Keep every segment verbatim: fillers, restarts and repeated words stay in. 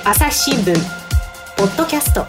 朝日新聞ポッドキャスト。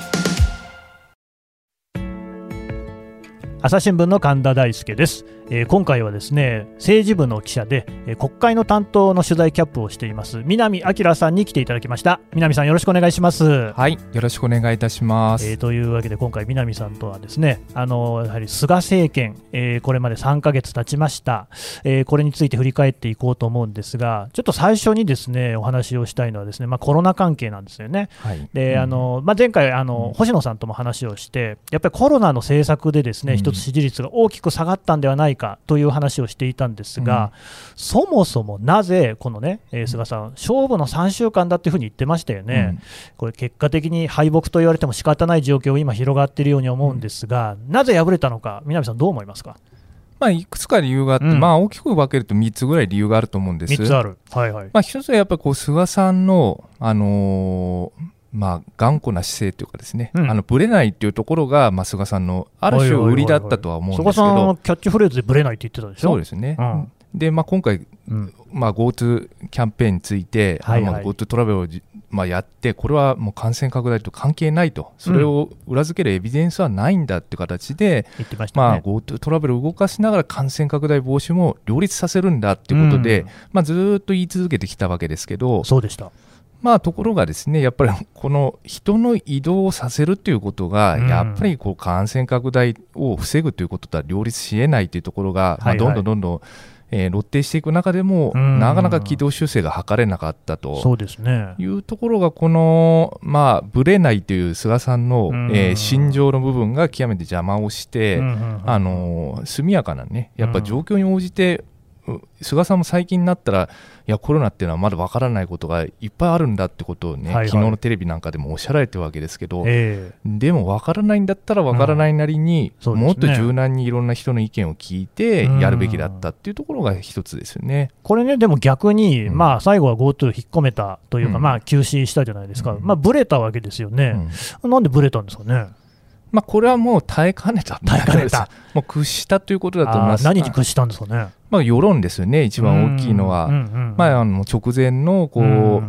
朝日新聞の神田大輔です。えー、今回はですね、政治部の記者で、えー、国会の担当の取材キャップをしています南明さんに来ていただきました。南さん、よろしくお願いします。 はい、よろしくお願いいたします。 えー、というわけで今回南さんとはですね、あのやはり菅政権、えー、これまでさんかげつ経ちました、えー、これについて振り返っていこうと思うんですが、ちょっと最初にですねお話をしたいのはですね、まあ、コロナ関係なんですよね。はい、で、うん、あのまあ、前回あの、うん、星野さんとも話をして、やっぱりコロナの政策でですね、うん、一つ支持率が大きく下がったんではないかという話をしていたんですが、うん、そもそもなぜこのね、えー、菅さん勝負のさんしゅうかんだっていうふうに言ってましたよね。うん、これ結果的に敗北と言われても仕方ない状況が今広がっているように思うんですが、うん、なぜ敗れたのか南さんどう思いますか？ まあ、いくつか理由があって、うん、まあ、大きく分けるとみっつぐらい理由があると思うんです。 みっつある、はいはい。 まあ、一つはやっぱりこう菅さんの、あのーまあ、頑固な姿勢というかですね、うん、あのブレないというところが、まあ、菅さんのある種売りだったとは思うんですけど、 菅さんはキャッチフレーズでブレないって言ってたでしょ。 そうですね、うん、で、まあ、今回、うんまあ、GoTo キャンペーンについて、はいはい、GoTo トラベルを、まあ、やってこれはもう感染拡大と関係ないと、それを裏付けるエビデンスはないんだという形で、 言ってましたね。 まあ、GoTo トラベルを動かしながら感染拡大防止も両立させるんだということで、うんまあ、ずっと言い続けてきたわけですけど、 そうでした。 まあ、ところがですね、やっぱりこの人の移動をさせるということが、やっぱりこう感染拡大を防ぐということとは両立し得ないというところが、まあ、どんどんどんどん、えー、露呈していく中でも、なかなか軌道修正が図れなかったというところが、この、まあ、ぶれないという菅さんの、えー、心情の部分が極めて邪魔をして、あの速やかなね、やっぱ状況に応じて、菅さんも最近になったら、いやコロナっていうのはまだわからないことがいっぱいあるんだってことをね、はいはい、昨日のテレビなんかでもおっしゃられてるわけですけど、えー、でもわからないんだったらわからないなりに、うんね、もっと柔軟にいろんな人の意見を聞いてやるべきだったっていうところが一つですよね。 これね、でも逆に、うんまあ、最後は GoTo 引っ込めたというか、うんまあ、休止したじゃないですか、うんまあ、ブレたわけですよね、うん、なんでブレたんですかね。 まあ、これはもう耐えかねた耐えかねたもう屈したということだと思います。 何に屈したんですかね。 まあ、世論ですよね、一番大きいのは。うんうんうんまあ、あの直前のこう、うん、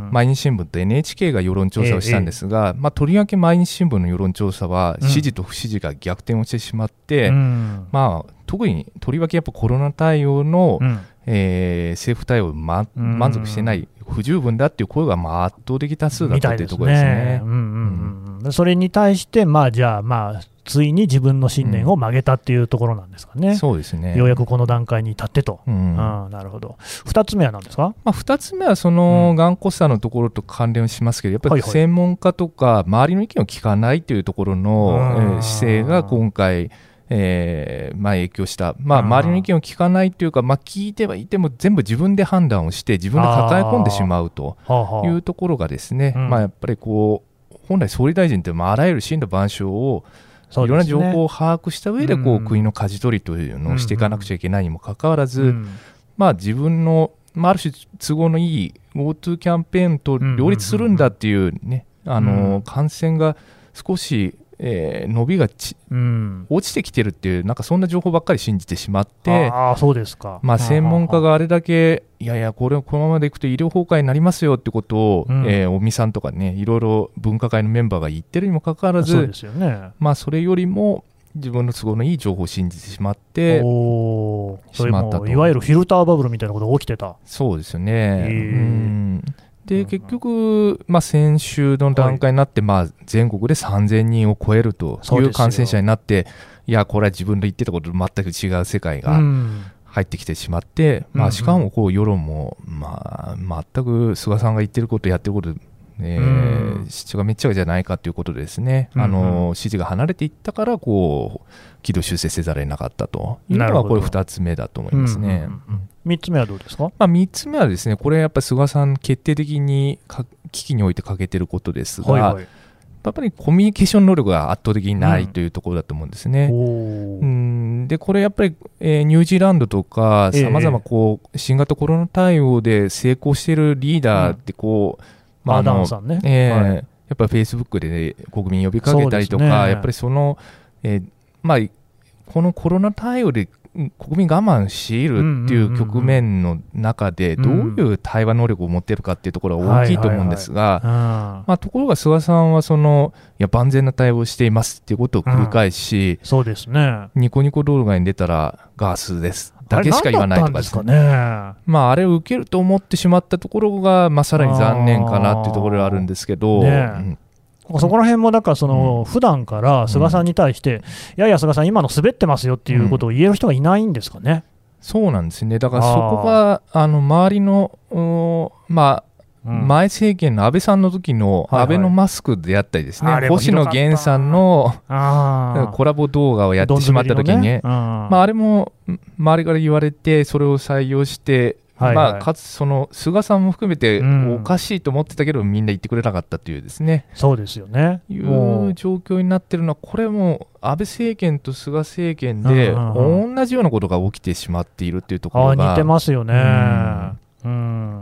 毎日新聞と エヌエイチケー が世論調査をしたんですが、ええまあ、とりわけ毎日新聞の世論調査は支持と不支持が逆転をしてしまって、うんまあ、特にとりわけやっぱコロナ対応の、うんえー、政府対応、ま、満足してない、不十分だっていう声がまあ圧倒的多数だったというところですね。 それに対して、まあ、じゃあ、まあ、ついに自分の信念を曲げたっていうところなんですかね。 うん、そうですね。 ようやくこの段階に至ってと。うん、あなるほど。ふたつめは何ですか？ まあ、ふたつめはその頑固さのところと関連しますけど、やっぱり専門家とか周りの意見を聞かないというところの、はいはいえー、姿勢が今回、えーまあ、影響した、まあ、周りの意見を聞かないというか、まあ、聞いてはいても全部自分で判断をして自分で抱え込んでしまうというところがですね、まあ、やっぱりこう本来総理大臣ってあらゆる真羅万象をいろんな情報を把握した上でこう国の舵取りというのをしていかなくちゃいけないにもかかわらず、まあ、自分の、まあ、ある種都合のいい GoTo キャンペーンと両立するんだっていうね、あの感染が少しえー、伸びがち、うん、落ちてきてるっていうなんかそんな情報ばっかり信じてしまって、 あそうですか、 まあ、専門家があれだけいやいやこれこのままでいくと医療崩壊になりますよってことを、うんえー、尾身さんとかねいろいろ分科会のメンバーが言ってるにもかかわらず、 そうですよね、 まあ、それよりも自分の都合のいい情報を信じてしまっておしまったと、いわゆるフィルターバブルみたいなことが起きてた。 そうですよね、うんで結局、まあ、先週の段階になって、はいまあ、全国でさんぜんにんを超えるという感染者になって、いやこれは自分の言ってたことと全く違う世界が入ってきてしまって、うんまあ、しかもこう世論も、まあ、全く菅さんが言ってることやってることえー、七がめっちゃじゃないかということでですね、うんうん、あの支持が離れていったからこう軌道修正せざるを得なかったというのがこれふたつめだと思いますね。うんうんうん、 みっつめはどうですか？ まあ、みっつめはですね、これやっぱり菅さん決定的に危機において欠けていることですが、はいはい、やっぱりコミュニケーション能力が圧倒的にないというところだと思うんですね。うん、うんでこれやっぱり、えー、ニュージーランドとかさまざま新型コロナ対応で成功しているリーダーってこう、うんまあ、あのアダムさんね、 えーはい、 やっぱりフェイスブックで、ね、国民呼びかけたりとか、ね、やっぱりその、えーまあ、このコロナ対応で国民我慢しいるっていう局面の中でどういう対話能力を持っているかっていうところは大きいと思うんですが、まあ、ところが菅さんはそのいや万全な対応をしていますっていうことを繰り返し、 うん、そうですね、 ニコニコ動画に出たらガースですだけしか言わないとかですね。あれ、まあ、あれを受けると思ってしまったところが、まあ、さらに残念かなっていうところがあるんですけど、ね、 うん、そこら辺もだからその、うん、普段から菅さんに対して、うん、いやいや菅さん今の滑ってますよっていうことを言える人がいないんですかね。うん、 そうなんですね。だからそこがあの周りのまあ前政権の安倍さんの時の安倍のマスクであったりですね、はいはい、星野源さんのコラボ動画をやってしまった時に、ね、まあ、あれも周りから言われてそれを採用して、はいはい、まあ、かつその菅さんも含めておかしいと思ってたけど、うん、みんな言ってくれなかったというですね、 そうですよね、 いう状況になってるのは、これも安倍政権と菅政権で同じようなことが起きてしまっているというところが、 あ、似てますよね。うん、うん、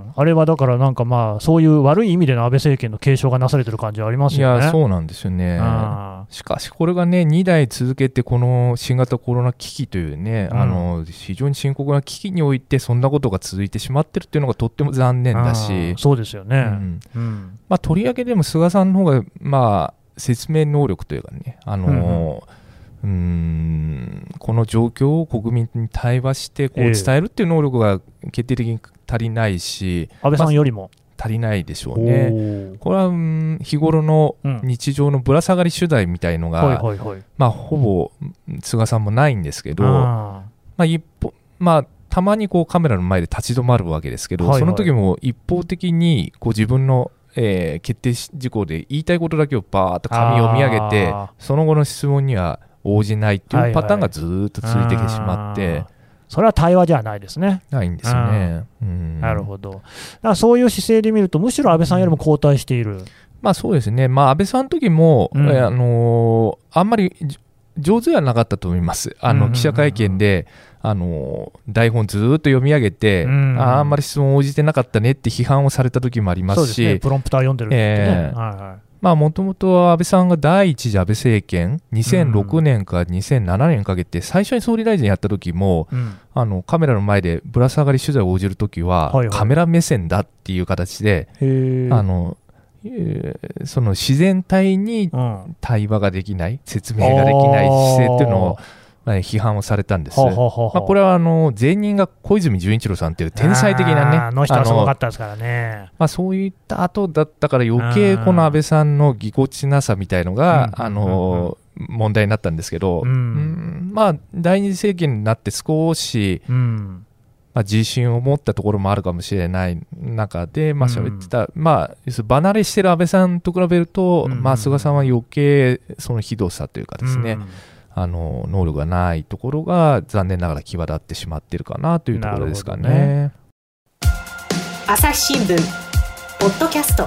あれはだからなんかまあそういう悪い意味での安倍政権の継承がなされてる感じはありますよね。 いや、そうなんですよね。しかしこれがねにだい続けてこの新型コロナ危機というね、うん、あの非常に深刻な危機においてそんなことが続いてしまってるっていうのがとっても残念だし、 そうですよね、 うんうん、まあ、取り上げでも菅さんの方がまあ説明能力というかね、あのーうんうーんこの状況を国民に対話してこう伝えるっていう能力が決定的に足りないし、 安倍さんよりも、 まあ、足りないでしょうね。これはうん日頃の日常のぶら下がり取材みたいのが、うん、まあ、ほぼ菅さんもないんですけど、まあ一歩まあ、たまにこうカメラの前で立ち止まるわけですけど、はいはい、その時も一方的にこう自分のえー、決定事項で言いたいことだけをバーッと紙を見上げて、その後の質問には応じないっていうパターンがずっと続いてしまって、はいはい、 それは対話じゃないですね。 ないんですよね、うん、 なるほど。だからそういう姿勢で見るとむしろ安倍さんよりも後退している、うん、 まあそうですね、まあ、安倍さんの時も、うん、あのー、あんまり上手ではなかったと思います。あの記者会見であの台本ずっと読み上げて、うん、あ, あんまり質問応じてなかったねって批判をされた時もありますし、そうですね、 プロンプター読んでるってね、えーはいはい、 まあもともと安倍さんが第一次安倍政権にせんろくねんからにせんななねんかけて最初に総理大臣やった時も、うん、あのカメラの前でぶら下がり取材を応じる時は、はいはい、カメラ目線だっていう形で、あのえー、その自然体に対話ができない、うん、説明ができない姿勢っていうのを批判をされたんです。ははははまあ、これはあの前任が小泉純一郎さんという天才的なね、 あの人はすごかったですからね。 まあ、そういった後だったから余計この安倍さんのぎこちなさみたいのが、あの問題になったんですけど、うんうんまあ、第二次政権になって少し、うんまあ、自信を持ったところもあるかもしれない中で、まあ、喋ってた、うんまあ、離れしてる安倍さんと比べると、うんまあ、菅さんは余計そのひどさというかですね、うんあの能力がないところが残念ながら際立ってしまっているかなというところですか ね, ね朝日新聞ポッドキャスト、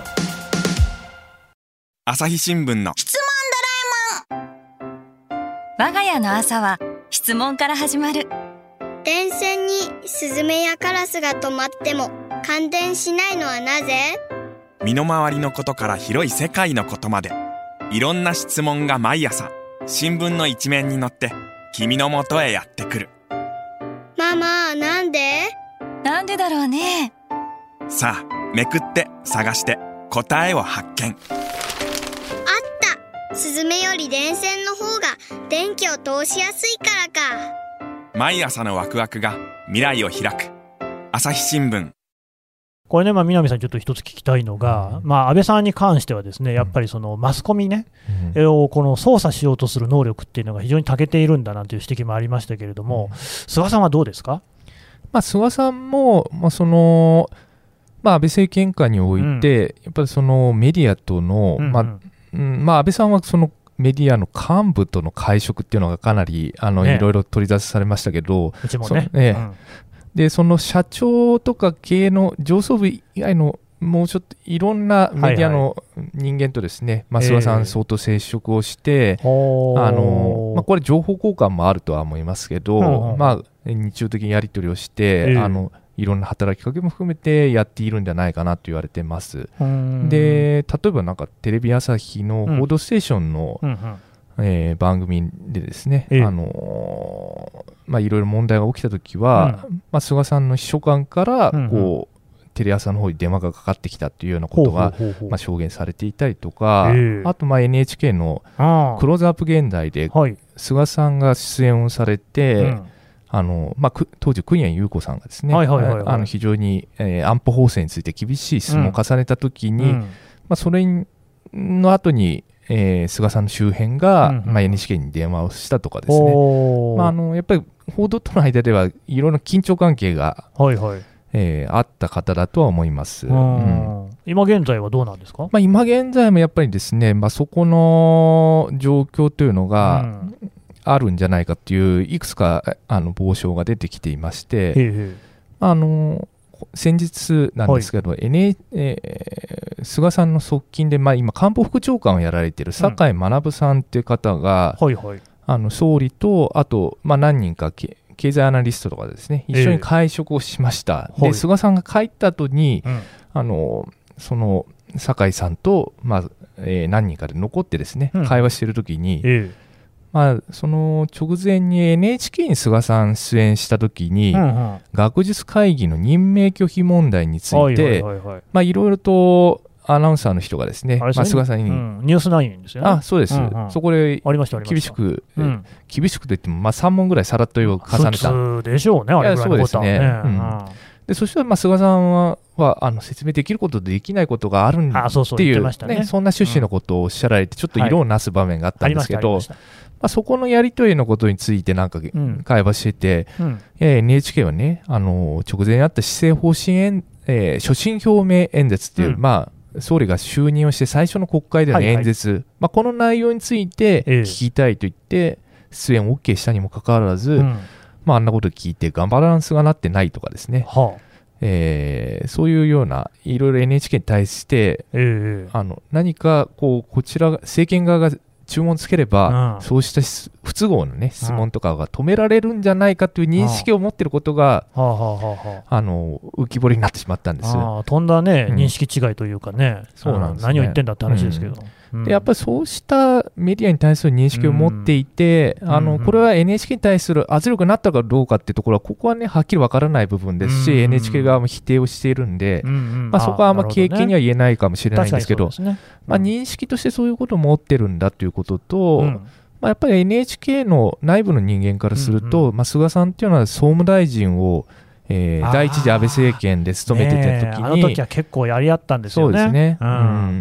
朝日新聞の質問ドラえもん。我が家の朝は質問から始まる。 電線にスズメやカラスが止まっても感電しないのはなぜ？ 身の回りのことから広い世界のことまで、いろんな質問が毎朝新聞の一面に載って君の元へやってくる。 ママ、なんで？ なんでだろうね。 さあめくって探して答えを発見。あった、スズメより電線の方が電気を通しやすいからか。 毎朝のワクワクが未来を開く。朝日新聞。 これね、まあ、南さんちょっと一つ聞きたいのが、うんまあ、安倍さんに関してはですね、やっぱりそのマスコミね、うん、をこの操作しようとする能力っていうのが非常に長けているんだなんていう指摘もありましたけれども、うん、菅さんはどうですか？ まあ、菅さんも、まあそのまあ、安倍政権下において、うん、やっぱりそのメディアとの、うんうんまあうんまあ、安倍さんはそのメディアの幹部との会食っていうのがかなりあの、ね、いろいろ取り沙汰されましたけど、 うちもね、 そ, ね、うんでその社長とか経営の上層部以外のもうちょっといろんなメディアの人間とですね、はいはい、菅さん相当接触をして、えーあのまあ、これ情報交換もあるとは思いますけど、まあ、日常的にやり取りをして、えー、あのいろんな働きかけも含めてやっているんじゃないかなと言われてます。で例えばなんかテレビ朝日の報道ステーションの、うんうんうんえー、番組でですね、 ええ、 あのーまあ、いろいろ問題が起きたときは、うん、まあ、菅さんの秘書官からこう、うんうん、テレ朝の方に電話がかかってきたというようなことがまあ、証言されていたりとか、えー、あとまあ エヌエイチケー のクローズアップ現代で菅さんが出演をされて、うん、あのまあ、当時国谷裕子さんがですね、はいはいはいはい、あの非常に、えー、安保法制について厳しい質問を重ねたときに、うんうん、まあ、それの後にえー、菅さんの周辺が、うんうん、まあ、エヌエイチケー に電話をしたとかですね、まあ、あのやっぱり報道との間ではいろいろな緊張関係が、はいはい、えー、あった方だとは思います。うん、 今現在はどうなんですか？ まあ、今現在もやっぱりですね、まあ、そこの状況というのがあるんじゃないかといういくつかあの傍証が出てきていまして、へーへー、あの先日なんですけど、はい、エヌエイえー、菅さんの側近で、まあ、今官房副長官をやられている酒井学さんという方が、うん、はいはい、あの総理とあと、まあ、何人か経済アナリストとかですね、一緒に会食をしました、えー、で菅さんが帰った後に、はい、あのその酒井さんと、まあえー、何人かで残ってですね、うん、会話しているときに、えーまあ、その直前に エヌエイチケー に菅さん出演したときに、うんうん、学術会議の任命拒否問題について、いろいろとアナウンサーの人がですね、まあ、菅さんに、うん、 ニュースナインですよね。 あ、そうです、うんうん、そこで厳しく、うん、厳しくといっても、まあ、さん問ぐらいさらっとを重ねた。 普通でしょうね、あれぐらいのことはね。 そうですね、うん、でそしたらまあ菅さんは、はあの説明できることとできないことがあるんっていう、ね、そんな趣旨のことをおっしゃられて、ちょっと色をなす場面があったんですけど、はい、まあ、そこのやり取りのことについてなんか会話してて、うん、エヌエイチケー はね、あの直前にあった施政方針演、えー、所信表明演説っていう、うん、まあ、総理が就任をして最初の国会での演説、はいはい、まあ、この内容について聞きたいと言って出演 OK したにもかかわらず、うん、まあ、あんなこと聞いてガバナンスがなってないとかですね、はあ、えー、そういうようないろいろ エヌエイチケー に対して、えー、あの何かこうこちら政権側が注文つければ、うん、そうした不都合の、ね、質問とかが止められるんじゃないかという認識を持っていることが、うん、あの浮き彫りになってしまったんです。 あ、とんだ、ね、うん、認識違いというかね、そうなんですね、何を言ってんだって話ですけど、 うん、でやっぱりそうしたメディアに対する認識を持っていて、うん、あのこれは エヌエイチケー に対する圧力になったかどうかっていうところはここは、ね、はっきり分からない部分ですし、うん、エヌエイチケー 側も否定をしているんで、うんうん、まあ、そこはあんま経験には言えないかもしれないんですけど、ね、まあ、認識としてそういうことを持ってるんだということと、うん、まあ、やっぱり エヌエイチケー の内部の人間からすると、うんうん、まあ、菅さんっていうのは総務大臣をえー、第一次安倍政権で務めてた時に、 あの時は結構やり合ったんですよね。 そうですね、うんうん、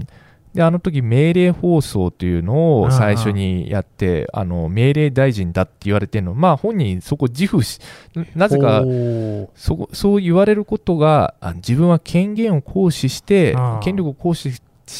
であの時命令放送というのを最初にやって、うんうん、あの命令大臣だって言われてるの、まあ、本人そこ自負し、なぜか そ, そう言われることが自分は権限を行使して、うん、権力を行使して、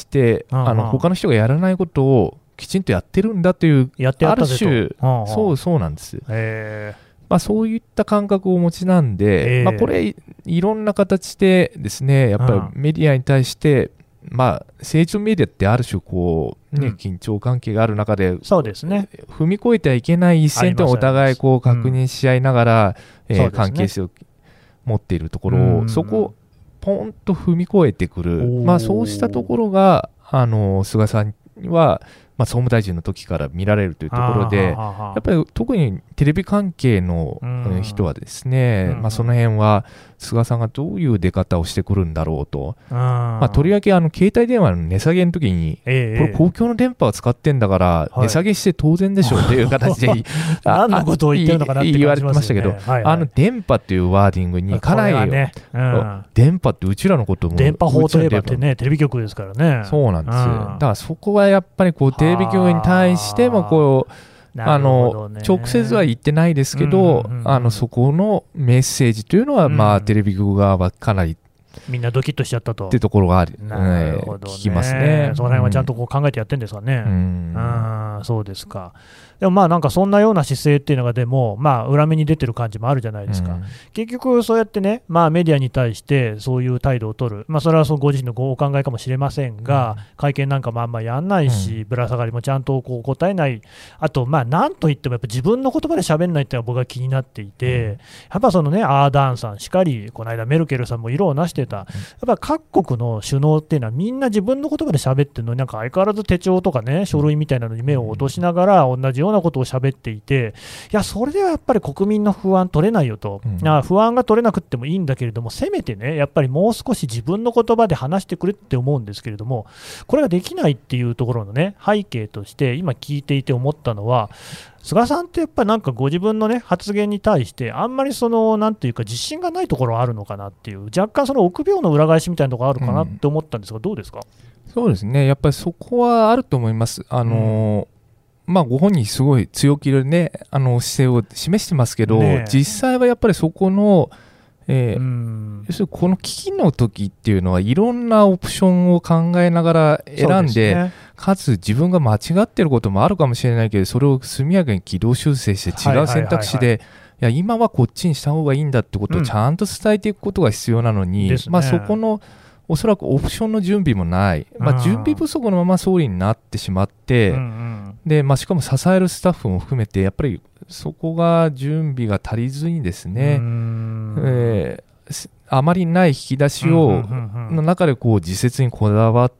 うん、あの他の人がやらないことをきちんとやってるんだという、 やってやったある種、うんうん、そうそうなんです。へー、まあ、そういった感覚をお持ちなんで、えーまあ、これいろんな形でですね、やっぱりメディアに対して、うん、まあ、政治メディアってある種こう、ね、うん、緊張関係がある中で、 そうですね、 踏み越えてはいけない一線とお互いこう確認し合いながら、うん、えー、関係性を持っているところを、うん、そこをポンと踏み越えてくる、まあ、そうしたところがあの菅さんはまあ、総務大臣の時から見られるというところで、やっぱり特にテレビ関係の人はですね、まあ、その辺は菅さんがどういう出方をしてくるんだろうと、まあ、とりわけあの携帯電話の値下げの時に、ええ、これ公共の電波を使ってんだから値下げして当然でしょうという形で、はい、 何のことを言ってるのかなって言われてましたけど、はいはい、あの電波っていうワーディングにかなり、ね、うん、電波ってうちらのことも電波法といえばってね、テレビ局ですからね。 そうなんですよ。だからそこはやっぱりこうテレビ局に対してもこうあの直接は言ってないですけど、うんうんうん、あのそこのメッセージというのは、うん、まあテレビ局側はかなりみんなドキッとしちゃったとってところがあり、なるほどね、聞きますね。 その辺はちゃんとこう考えてやってるんですかね。うん、あ、そうですか。でもまあなんかそんなような姿勢っていうのがでもまあ裏目に出てる感じもあるじゃないですか、うん、結局そうやってね、まあ、メディアに対してそういう態度を取る、まあ、それはそのご自身のごお考えかもしれませんが、うん、会見なんかもあんまやんないし、うん、ぶら下がりもちゃんとこう答えない、あとまあなんといってもやっぱ自分の言葉で喋んないっていうのは僕は気になっていて、うん、やっぱそのねアーダーンさんしかり、この間メルケルさんも色をなしてえた、やっぱり各国の首脳っていうのはみんな自分の言葉で喋ってるのに、なんか相変わらず手帳とかね、書類みたいなのに目を落としながら同じようなことを喋っていて、いやそれではやっぱり国民の不安取れないよと、うん、不安が取れなくてもいいんだけれども、せめてねやっぱりもう少し自分の言葉で話してくれって思うんですけれども、これができないっていうところのね背景として今聞いていて思ったのは、菅さんってやっぱりなんかご自分の、ね、発言に対してあんまりそのなんていうか自信がないところはあるのかなっていう、若干その臆病の裏返しみたいなところあるかなって思ったんですが、うん、どうですか？ そうですね、やっぱりそこはあると思います。あのーうん、まあ、ご本人すごい強気でねあの姿勢を示してますけど、ね、実際はやっぱりそこのえー、うん要するにこの危機の時っていうのはいろんなオプションを考えながら選ん で, で、ね、かつ自分が間違ってることもあるかもしれないけど、それを速やかに軌道修正して違う選択肢で、いや今はこっちにした方がいいんだってことをちゃんと伝えていくことが必要なのに、うんまあ、そこのおそらくオプションの準備もない、まあ、準備不足のまま総理になってしまって、うんうんでまあ、しかも支えるスタッフも含めてやっぱりそこが準備が足りずにですね、えー、あまりない引き出しをの中でこう自説にこだわって、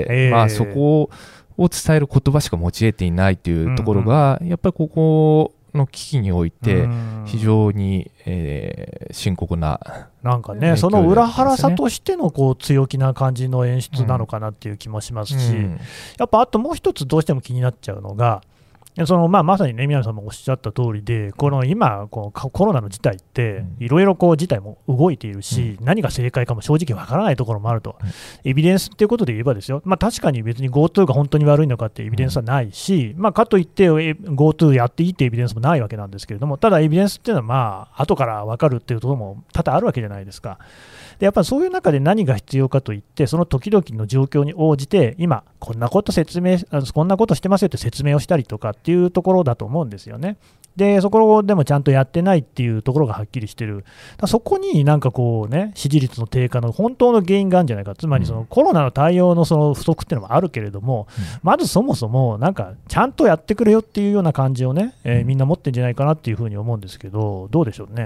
えーまあ、そこを伝える言葉しか持ち得ていないというところが、うんうん、やっぱりここの危機において非常に、えー、深刻ななんかね、その裏腹さとしてのこう強気な感じの演出なのかなっていう気もしますし、うん、やっぱあともう一つどうしても気になっちゃうのが、そのまあまさにね宮野さんもおっしゃった通りで、この今こうコロナの事態っていろいろこう事態も動いているし、うん、何が正解かも正直わからないところもあると、うん、エビデンスっていうことで言えばですよ、まあ、確かに別に GoTo が本当に悪いのかってエビデンスはないし、うんまあ、かといって GoTo やっていいってエビデンスもないわけなんですけれども、ただエビデンスっていうのはまあ後から分かるっていうところも多々あるわけじゃないですか。でやっぱりそういう中で何が必要かといって、その時々の状況に応じて今こんなこと説明こんなことしてますよって説明をしたりとかっていうところだと思うんですよね。でそこでもちゃんとやってないっていうところがはっきりしてる。だそこになんかこうね支持率の低下の本当の原因があるんじゃないか、つまりそのコロナの対応のその不足っていうのもあるけれども、うん、まずそもそもなんかちゃんとやってくれよっていうような感じをね、えー、みんな持ってるんじゃないかなっていうふうに思うんですけど、どうでしょうね。 うん、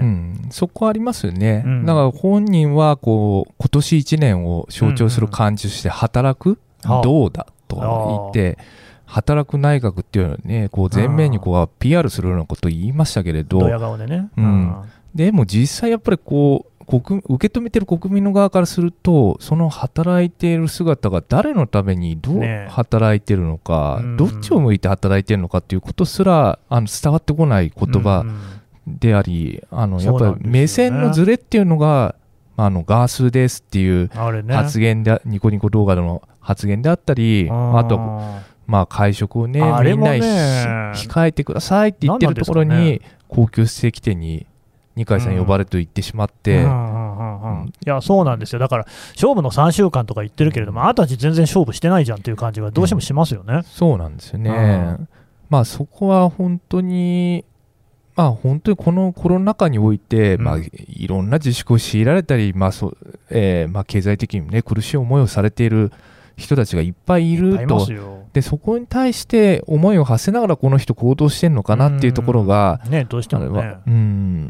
そこありますよね、うん、だから本人はこう今年いちねんを象徴する感じとして働く、うんうん、どうだと言って働く内閣っていうのはね、こう前面にこう ピーアール するようなことを言いましたけれど、 ドヤ顔でね、 うん、でも実際やっぱりこう国受け止めてる国民の側からすると、その働いている姿が誰のためにどう働いているのか、ね、どっちを向いて働いているのかということすらあの伝わってこない言葉であり、あのやっぱり目線のズレっていうのがあのガースですっていう発言で、ね、ニコニコ動画での発言であったり、あとまあ会食をね、みんなに控えてくださいって言ってるところに、ね、高級ステーキ店に二階さん呼ばれと言ってしまって、うんうんうんうん、いやそうなんですよ。だから勝負のさんしゅうかんとか言ってるけれども、あなたたち全然勝負してないじゃんっていう感じがどうしてもしますよね、うん、 そうなんですよね、うん、まあそこは本当にまあ本当にこのコロナ禍において、うんまあ、いろんな自粛を強いられたり、まあそえーまあ、経済的にもね苦しい思いをされている人たちがいっぱいいると、でそこに対して思いを馳せながらこの人行動してるのかなっていうところが、 ね、どうしてもね、 うん、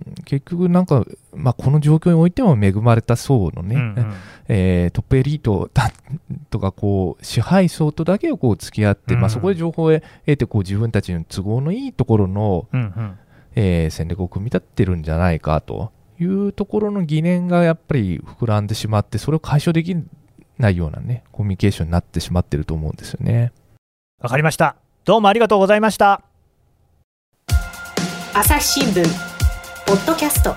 結局なんか、まあ、この状況においても恵まれた層のね、うんうんえー、トップエリートだとかこう支配層とだけをこう付き合って、うんまあ、そこで情報を得てこう自分たちの都合のいいところの、うんうんえー、戦略を組み立ててるんじゃないかというところの疑念がやっぱり膨らんでしまって、それを解消できないようなねコミュニケーションになってしまってると思うんですよね。 わかりました。どうもありがとうございました。 朝日新聞ポッドキャスト。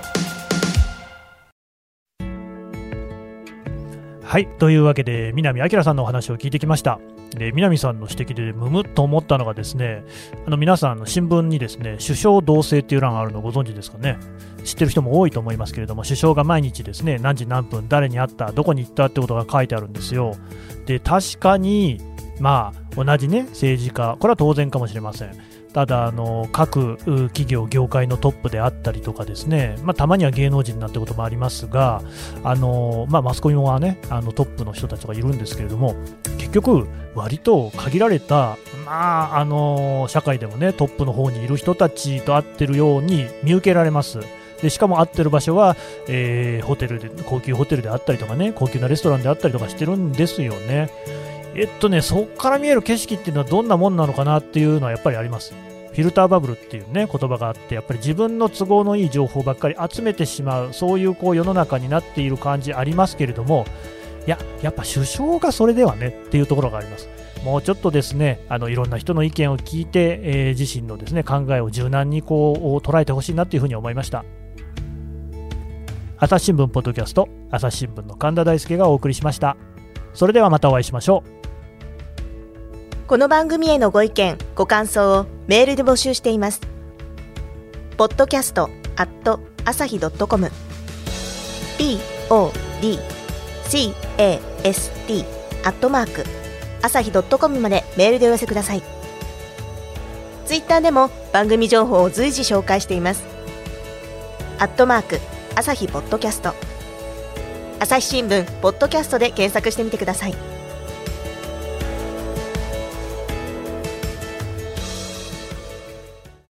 はい、というわけで南明さんのお話を聞いてきました。で南さんの指摘でムムっと思ったのがですね、あの皆さんの新聞にですね首相同棲っていう欄あるのご存知ですかね。知ってる人も多いと思いますけれども、首相が毎日ですね何時何分誰に会ったどこに行ったってことが書いてあるんですよ。で確かにまあ同じね政治家、これは当然かもしれません。ただあの各企業業界のトップであったりとかですね、まあ、たまには芸能人なんてこともありますが、あの、まあ、マスコミはねあのトップの人たちがいるんですけれども、結局割と限られた、まあ、あの社会でもねトップの方にいる人たちと会ってるように見受けられます。 でしかも会ってる場所は、えー、ホテルで高級ホテルであったりとかね、高級なレストランであったりとかしてるんですよね。えっとねそこから見える景色っていうのはどんなもんなのかなっていうのはやっぱりあります。フィルターバブルっていうね言葉があって、やっぱり自分の都合のいい情報ばっかり集めてしまう、そういうこう世の中になっている感じありますけれども、いややっぱ首相がそれではねっていうところがあります。もうちょっとですね、あのいろんな人の意見を聞いて、えー、自身のですね考えを柔軟にこう捉えてほしいなというふうに思いました。朝日新聞ポッドキャスト、朝日新聞の神田大輔がお送りしました。それではまたお会いしましょう。 この番組へのご意見ご感想をメールで募集しています。ポッドキャストアットアサヒドットコム ピーオーディーシーエーエスティー アットマークアサヒドットコムまでメールでお寄せください。ツイッターでも番組情報を随時紹介しています。アットマークアサヒポッドキャスト、朝日新聞ポッドキャストで検索してみてください。